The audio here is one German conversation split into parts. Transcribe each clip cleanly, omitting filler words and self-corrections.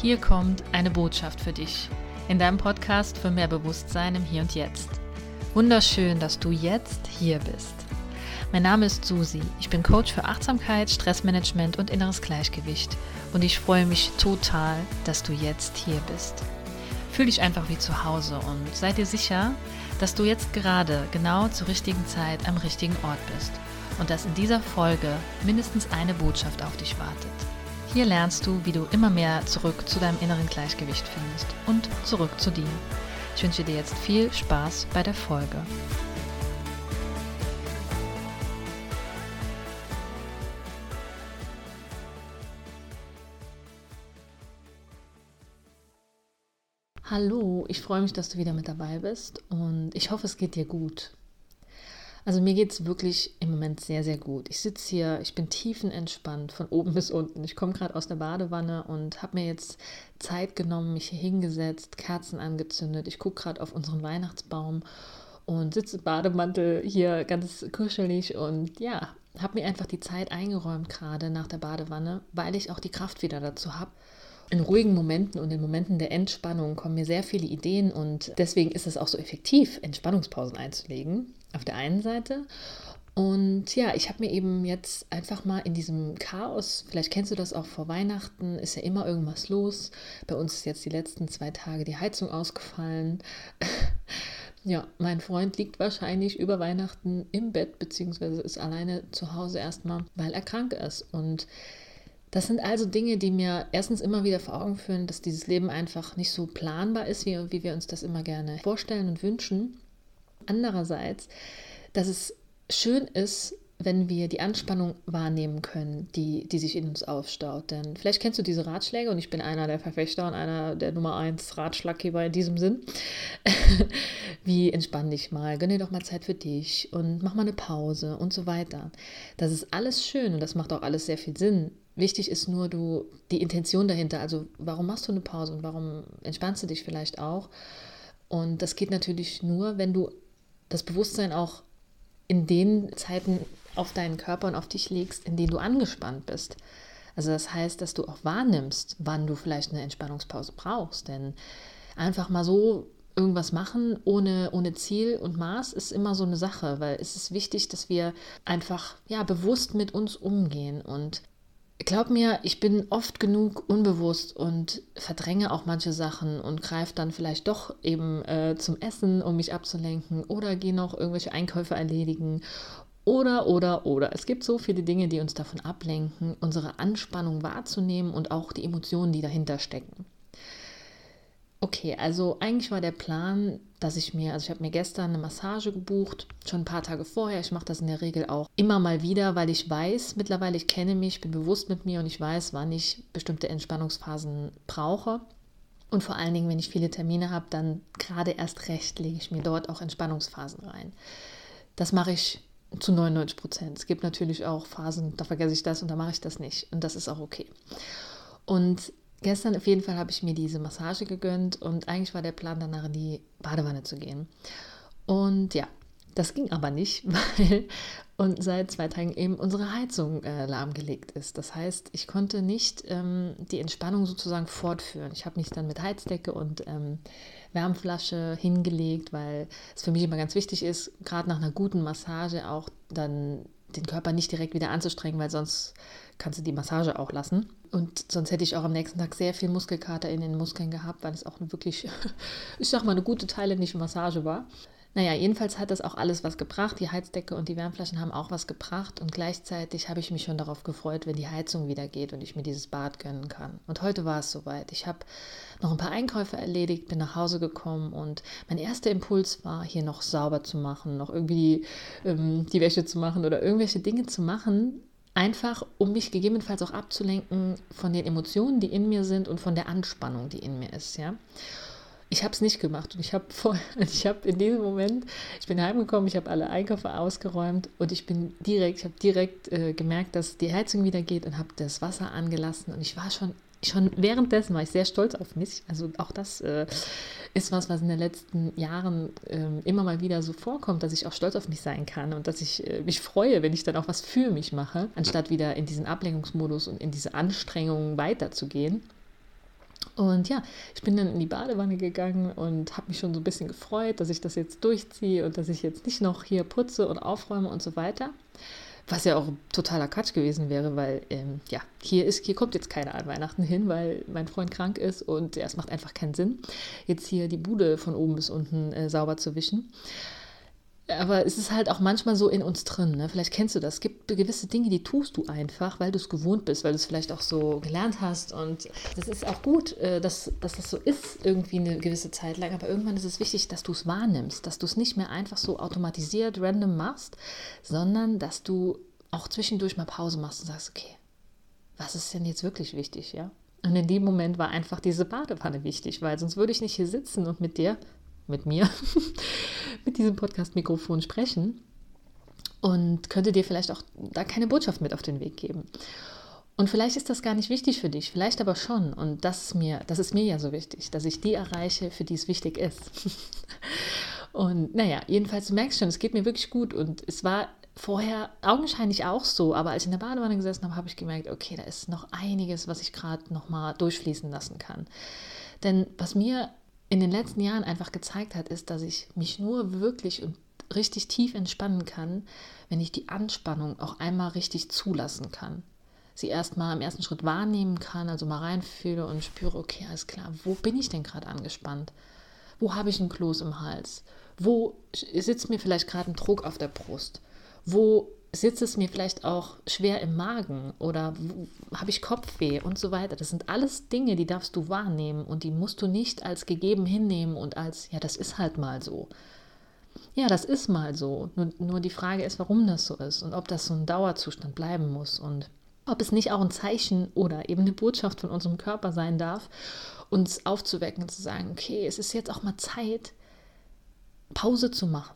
Hier kommt eine Botschaft für dich in deinem Podcast für mehr Bewusstsein im Hier und Jetzt. Wunderschön, dass du jetzt hier bist. Mein Name ist Susi. Ich bin Coach für Achtsamkeit, Stressmanagement und inneres Gleichgewicht und ich freue mich total, dass du jetzt hier bist. Fühl dich einfach wie zu Hause und sei dir sicher, dass du jetzt gerade genau zur richtigen Zeit am richtigen Ort bist und dass in dieser Folge mindestens eine Botschaft auf dich wartet. Hier lernst du, wie du immer mehr zurück zu deinem inneren Gleichgewicht findest und zurück zu dir. Ich wünsche dir jetzt viel Spaß bei der Folge. Hallo, ich freue mich, dass du wieder mit dabei bist und ich hoffe, es geht dir gut. Also mir geht es wirklich im Moment sehr, sehr gut. Ich sitze hier, ich bin tiefenentspannt von oben bis unten. Ich komme gerade aus der Badewanne und habe mir jetzt Zeit genommen, mich hier hingesetzt, Kerzen angezündet. Ich gucke gerade auf unseren Weihnachtsbaum und sitze im Bademantel hier ganz kuschelig und ja, habe mir einfach die Zeit eingeräumt gerade nach der Badewanne, weil ich auch die Kraft wieder dazu habe. In ruhigen Momenten und in Momenten der Entspannung kommen mir sehr viele Ideen und deswegen ist es auch so effektiv, Entspannungspausen einzulegen, auf der einen Seite. Und ja, ich habe mir eben jetzt einfach mal in diesem Chaos, vielleicht kennst du das auch vor Weihnachten, ist ja immer irgendwas los. Bei uns ist jetzt die letzten 2 Tage die Heizung ausgefallen. Ja, mein Freund liegt wahrscheinlich über Weihnachten im Bett, beziehungsweise ist alleine zu Hause erstmal, weil er krank ist. Und das sind also Dinge, die mir erstens immer wieder vor Augen führen, dass dieses Leben einfach nicht so planbar ist, wie wir uns das immer gerne vorstellen und wünschen. Andererseits, dass es schön ist, wenn wir die Anspannung wahrnehmen können, die sich in uns aufstaut. Denn vielleicht kennst du diese Ratschläge und ich bin einer der Verfechter und einer der Nummer 1 Ratschlaggeber in diesem Sinn. Wie entspann dich mal, gönn dir doch mal Zeit für dich und mach mal eine Pause und so weiter. Das ist alles schön und das macht auch alles sehr viel Sinn. Wichtig ist nur die Intention dahinter, also warum machst du eine Pause und warum entspannst du dich vielleicht auch? Und das geht natürlich nur, wenn du das Bewusstsein auch in den Zeiten auf deinen Körper und auf dich legst, in denen du angespannt bist. Also das heißt, dass du auch wahrnimmst, wann du vielleicht eine Entspannungspause brauchst. Denn einfach mal so irgendwas machen ohne Ziel und Maß ist immer so eine Sache, weil es ist wichtig, dass wir einfach bewusst mit uns umgehen. Und glaub mir, ich bin oft genug unbewusst und verdränge auch manche Sachen und greife dann vielleicht doch eben zum Essen, um mich abzulenken oder gehe noch irgendwelche Einkäufe erledigen oder. Es gibt so viele Dinge, die uns davon ablenken, unsere Anspannung wahrzunehmen und auch die Emotionen, die dahinter stecken. Okay, also eigentlich war der Plan, ich habe mir gestern eine Massage gebucht, schon ein paar Tage vorher. Ich mache das in der Regel auch immer mal wieder, weil ich weiß, mittlerweile, ich kenne mich, bin bewusst mit mir und ich weiß, wann ich bestimmte Entspannungsphasen brauche. Und vor allen Dingen, wenn ich viele Termine habe, dann gerade erst recht lege ich mir dort auch Entspannungsphasen rein. Das mache ich zu 99%. Es gibt natürlich auch Phasen, da vergesse ich das und da mache ich das nicht. Und das ist auch okay. Und gestern auf jeden Fall habe ich mir diese Massage gegönnt und eigentlich war der Plan, danach in die Badewanne zu gehen. Und ja, das ging aber nicht, weil seit 2 Tagen eben unsere Heizung lahmgelegt ist. Das heißt, ich konnte nicht die Entspannung sozusagen fortführen. Ich habe mich dann mit Heizdecke und Wärmflasche hingelegt, weil es für mich immer ganz wichtig ist, gerade nach einer guten Massage auch dann den Körper nicht direkt wieder anzustrengen, weil sonst kannst du die Massage auch lassen. Und sonst hätte ich auch am nächsten Tag sehr viel Muskelkater in den Muskeln gehabt, weil es auch wirklich, ich sag mal, eine gute thailändische Massage war. Naja, jedenfalls hat das auch alles was gebracht. Die Heizdecke und die Wärmflaschen haben auch was gebracht. Und gleichzeitig habe ich mich schon darauf gefreut, wenn die Heizung wieder geht und ich mir dieses Bad gönnen kann. Und heute war es soweit. Ich habe noch ein paar Einkäufe erledigt, bin nach Hause gekommen und mein erster Impuls war, hier noch sauber zu machen, noch irgendwie die Wäsche zu machen oder irgendwelche Dinge zu machen, einfach um mich gegebenenfalls auch abzulenken von den Emotionen, die in mir sind und von der Anspannung, die in mir ist, ja. Ich habe es nicht gemacht und ich habe in diesem Moment, ich bin heimgekommen, ich habe alle Einkäufe ausgeräumt und ich habe direkt gemerkt, dass die Heizung wieder geht und habe das Wasser angelassen und ich war schon währenddessen war ich sehr stolz auf mich. Also auch das ist was in den letzten Jahren immer mal wieder so vorkommt, dass ich auch stolz auf mich sein kann und dass ich mich freue, wenn ich dann auch was für mich mache, anstatt wieder in diesen Ablenkungsmodus und in diese Anstrengungen weiterzugehen. Und ja, ich bin dann in die Badewanne gegangen und habe mich schon so ein bisschen gefreut, dass ich das jetzt durchziehe und dass ich jetzt nicht noch hier putze und aufräume und so weiter. Was ja auch totaler Quatsch gewesen wäre, weil ja, hier kommt jetzt keiner an Weihnachten hin, weil mein Freund krank ist und ja, es macht einfach keinen Sinn, jetzt hier die Bude von oben bis unten sauber zu wischen. Aber es ist halt auch manchmal so in uns drin, ne? Vielleicht kennst du das. Es gibt gewisse Dinge, die tust du einfach, weil du es gewohnt bist, weil du es vielleicht auch so gelernt hast. Und das ist auch gut, dass das so ist, irgendwie eine gewisse Zeit lang. Aber irgendwann ist es wichtig, dass du es wahrnimmst, dass du es nicht mehr einfach so automatisiert, random machst, sondern dass du auch zwischendurch mal Pause machst und sagst, okay, was ist denn jetzt wirklich wichtig, ja? Und in dem Moment war einfach diese Badewanne wichtig, weil sonst würde ich nicht hier sitzen und mit mir, mit diesem Podcast-Mikrofon sprechen und könnte dir vielleicht auch da keine Botschaft mit auf den Weg geben. Und vielleicht ist das gar nicht wichtig für dich, vielleicht aber schon. Und das ist mir ja so wichtig, dass ich die erreiche, für die es wichtig ist. Und naja, jedenfalls, du merkst schon, es geht mir wirklich gut. Und es war vorher augenscheinlich auch so, aber als ich in der Badewanne gesessen habe, habe ich gemerkt, okay, da ist noch einiges, was ich gerade nochmal durchfließen lassen kann. Denn was mir in den letzten Jahren einfach gezeigt hat, ist, dass ich mich nur wirklich und richtig tief entspannen kann, wenn ich die Anspannung auch einmal richtig zulassen kann. Sie erstmal im ersten Schritt wahrnehmen kann, also mal reinfühle und spüre, okay, alles klar, wo bin ich denn gerade angespannt? Wo habe ich einen Kloß im Hals? Wo sitzt mir vielleicht gerade ein Druck auf der Brust? Wo sitzt es mir vielleicht auch schwer im Magen oder habe ich Kopfweh und so weiter. Das sind alles Dinge, die darfst du wahrnehmen und die musst du nicht als gegeben hinnehmen und als, ja, das ist halt mal so. Ja, das ist mal so. Nur die Frage ist, warum das so ist und ob das so ein Dauerzustand bleiben muss und ob es nicht auch ein Zeichen oder eben eine Botschaft von unserem Körper sein darf, uns aufzuwecken und zu sagen, okay, es ist jetzt auch mal Zeit, Pause zu machen.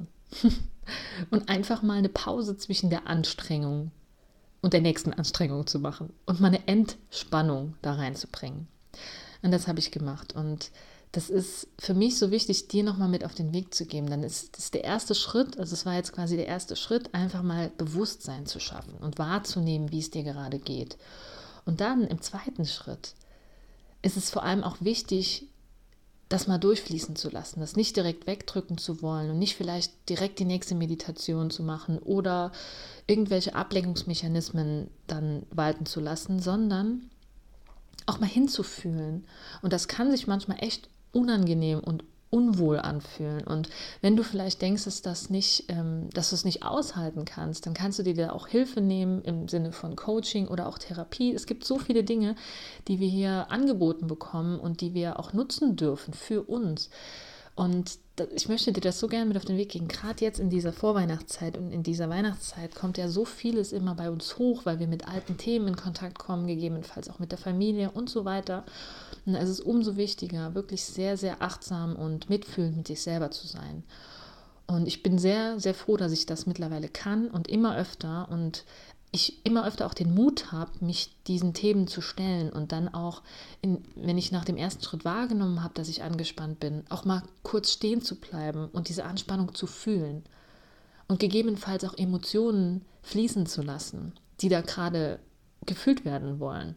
Und einfach mal eine Pause zwischen der Anstrengung und der nächsten Anstrengung zu machen und mal eine Entspannung da reinzubringen. Und das habe ich gemacht. Und das ist für mich so wichtig, dir nochmal mit auf den Weg zu geben. Dann ist das der erste Schritt, also es war jetzt quasi der erste Schritt, einfach mal Bewusstsein zu schaffen und wahrzunehmen, wie es dir gerade geht. Und dann im zweiten Schritt ist es vor allem auch wichtig, das mal durchfließen zu lassen, das nicht direkt wegdrücken zu wollen und nicht vielleicht direkt die nächste Meditation zu machen oder irgendwelche Ablenkungsmechanismen dann walten zu lassen, sondern auch mal hinzufühlen. Und das kann sich manchmal echt unangenehm und unwohl anfühlen. Und wenn du vielleicht denkst, dass du es nicht aushalten kannst, dann kannst du dir da auch Hilfe nehmen im Sinne von Coaching oder auch Therapie. Es gibt so viele Dinge, die wir hier angeboten bekommen und die wir auch nutzen dürfen für uns. Und ich möchte dir das so gerne mit auf den Weg geben. Gerade jetzt in dieser Vorweihnachtszeit und in dieser Weihnachtszeit kommt ja so vieles immer bei uns hoch, weil wir mit alten Themen in Kontakt kommen, gegebenenfalls auch mit der Familie und so weiter. Und es ist umso wichtiger, wirklich sehr, sehr achtsam und mitfühlend mit sich selber zu sein. Und ich bin sehr, sehr froh, dass ich das mittlerweile kann und immer öfter auch den Mut habe, mich diesen Themen zu stellen und dann auch, wenn ich nach dem ersten Schritt wahrgenommen habe, dass ich angespannt bin, auch mal kurz stehen zu bleiben und diese Anspannung zu fühlen und gegebenenfalls auch Emotionen fließen zu lassen, die da gerade gefühlt werden wollen.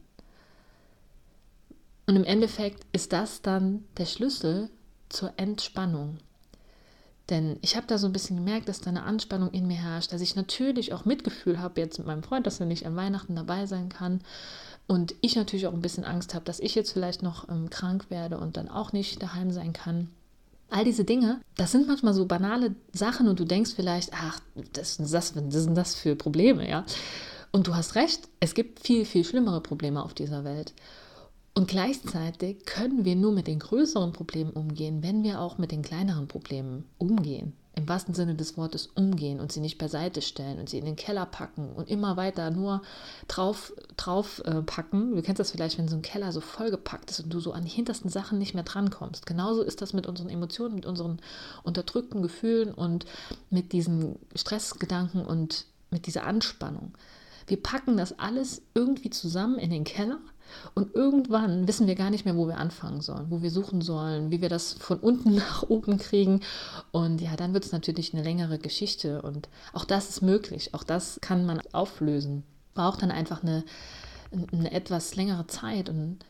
Und im Endeffekt ist das dann der Schlüssel zur Entspannung. Denn ich habe da so ein bisschen gemerkt, dass da eine Anspannung in mir herrscht, dass ich natürlich auch Mitgefühl habe jetzt mit meinem Freund, dass er nicht an Weihnachten dabei sein kann. Und ich natürlich auch ein bisschen Angst habe, dass ich jetzt vielleicht noch krank werde und dann auch nicht daheim sein kann. All diese Dinge, das sind manchmal so banale Sachen und du denkst vielleicht, ach, was sind das für Probleme, ja? Und du hast recht, es gibt viel, viel schlimmere Probleme auf dieser Welt. Und gleichzeitig können wir nur mit den größeren Problemen umgehen, wenn wir auch mit den kleineren Problemen umgehen. Im wahrsten Sinne des Wortes umgehen und sie nicht beiseite stellen und sie in den Keller packen und immer weiter nur drauf packen. Du kennst das vielleicht, wenn so ein Keller so vollgepackt ist und du so an die hintersten Sachen nicht mehr drankommst. Genauso ist das mit unseren Emotionen, mit unseren unterdrückten Gefühlen und mit diesen Stressgedanken und mit dieser Anspannung. Wir packen das alles irgendwie zusammen in den Keller und irgendwann wissen wir gar nicht mehr, wo wir anfangen sollen, wo wir suchen sollen, wie wir das von unten nach oben kriegen. Und ja, dann wird es natürlich eine längere Geschichte und auch das ist möglich, auch das kann man auflösen. Braucht dann einfach eine etwas längere Zeit und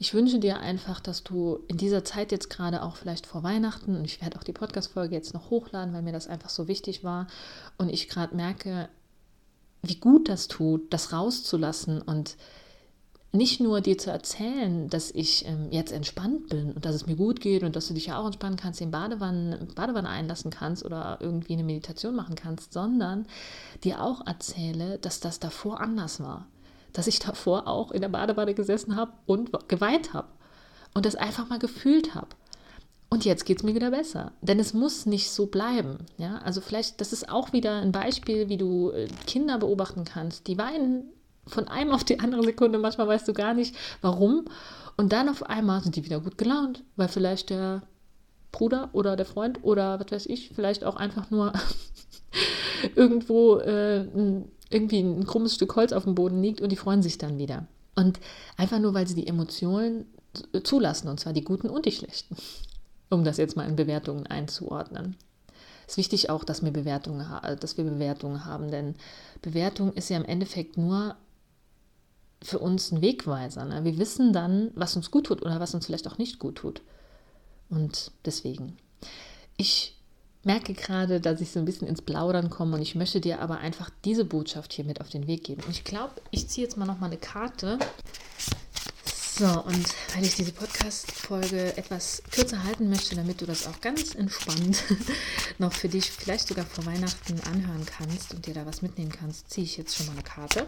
Ich wünsche dir einfach, dass du in dieser Zeit jetzt gerade auch vielleicht vor Weihnachten, und ich werde auch die Podcast-Folge jetzt noch hochladen, weil mir das einfach so wichtig war und ich gerade merke, wie gut das tut, das rauszulassen und nicht nur dir zu erzählen, dass ich jetzt entspannt bin und dass es mir gut geht und dass du dich ja auch entspannen kannst, in Badewanne einlassen kannst oder irgendwie eine Meditation machen kannst, sondern dir auch erzähle, dass das davor anders war. Dass ich davor auch in der Badewanne gesessen habe und geweint habe und das einfach mal gefühlt habe. Und jetzt geht es mir wieder besser, denn es muss nicht so bleiben. Ja? Also vielleicht, das ist auch wieder ein Beispiel, wie du Kinder beobachten kannst, die weinen von einem auf die andere Sekunde, manchmal weißt du gar nicht, warum. Und dann auf einmal sind die wieder gut gelaunt, weil vielleicht der Bruder oder der Freund oder was weiß ich, vielleicht auch einfach nur irgendwo irgendwie ein krummes Stück Holz auf dem Boden liegt und die freuen sich dann wieder. Und einfach nur, weil sie die Emotionen zulassen, und zwar die guten und die schlechten, um das jetzt mal in Bewertungen einzuordnen. Es ist wichtig auch, dass wir Bewertungen haben, denn Bewertung ist ja im Endeffekt nur für uns ein Wegweiser. Ne? Wir wissen dann, was uns gut tut oder was uns vielleicht auch nicht gut tut. Und deswegen, ich merke gerade, dass ich so ein bisschen ins Plaudern komme und ich möchte dir aber einfach diese Botschaft hier mit auf den Weg geben. Und ich glaube, ich ziehe jetzt mal nochmal eine Karte. So, und weil ich diese Podcast-Folge etwas kürzer halten möchte, damit du das auch ganz entspannt noch für dich vielleicht sogar vor Weihnachten anhören kannst und dir da was mitnehmen kannst, ziehe ich jetzt schon mal eine Karte.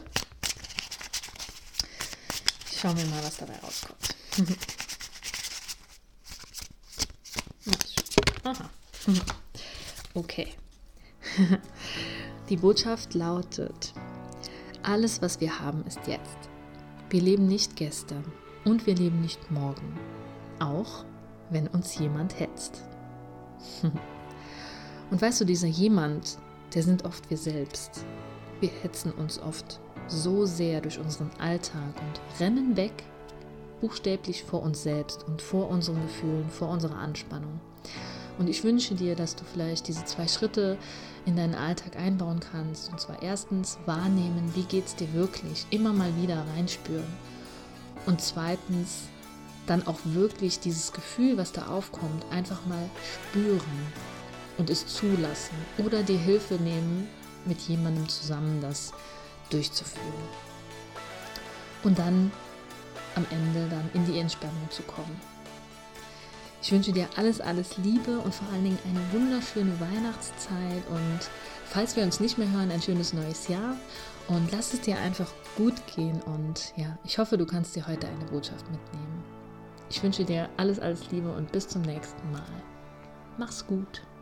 Schauen wir mal, was dabei rauskommt. Aha. Okay. Die Botschaft lautet: Alles, was wir haben, ist jetzt. Wir leben nicht gestern und wir leben nicht morgen. Auch wenn uns jemand hetzt. Und weißt du, dieser jemand, der sind oft wir selbst. Wir hetzen uns oft so sehr durch unseren Alltag und rennen weg, buchstäblich vor uns selbst und vor unseren Gefühlen, vor unserer Anspannung. Und ich wünsche dir, dass du vielleicht diese 2 Schritte in deinen Alltag einbauen kannst. Und zwar erstens wahrnehmen, wie geht es dir wirklich, immer mal wieder reinspüren. Und zweitens dann auch wirklich dieses Gefühl, was da aufkommt, einfach mal spüren und es zulassen oder dir Hilfe nehmen, mit jemandem zusammen das durchzuführen. Und dann am Ende dann in die Entspannung zu kommen. Ich wünsche dir alles, alles Liebe und vor allen Dingen eine wunderschöne Weihnachtszeit und falls wir uns nicht mehr hören, ein schönes neues Jahr und lass es dir einfach gut gehen und ja, ich hoffe, du kannst dir heute eine Botschaft mitnehmen. Ich wünsche dir alles, alles Liebe und bis zum nächsten Mal. Mach's gut.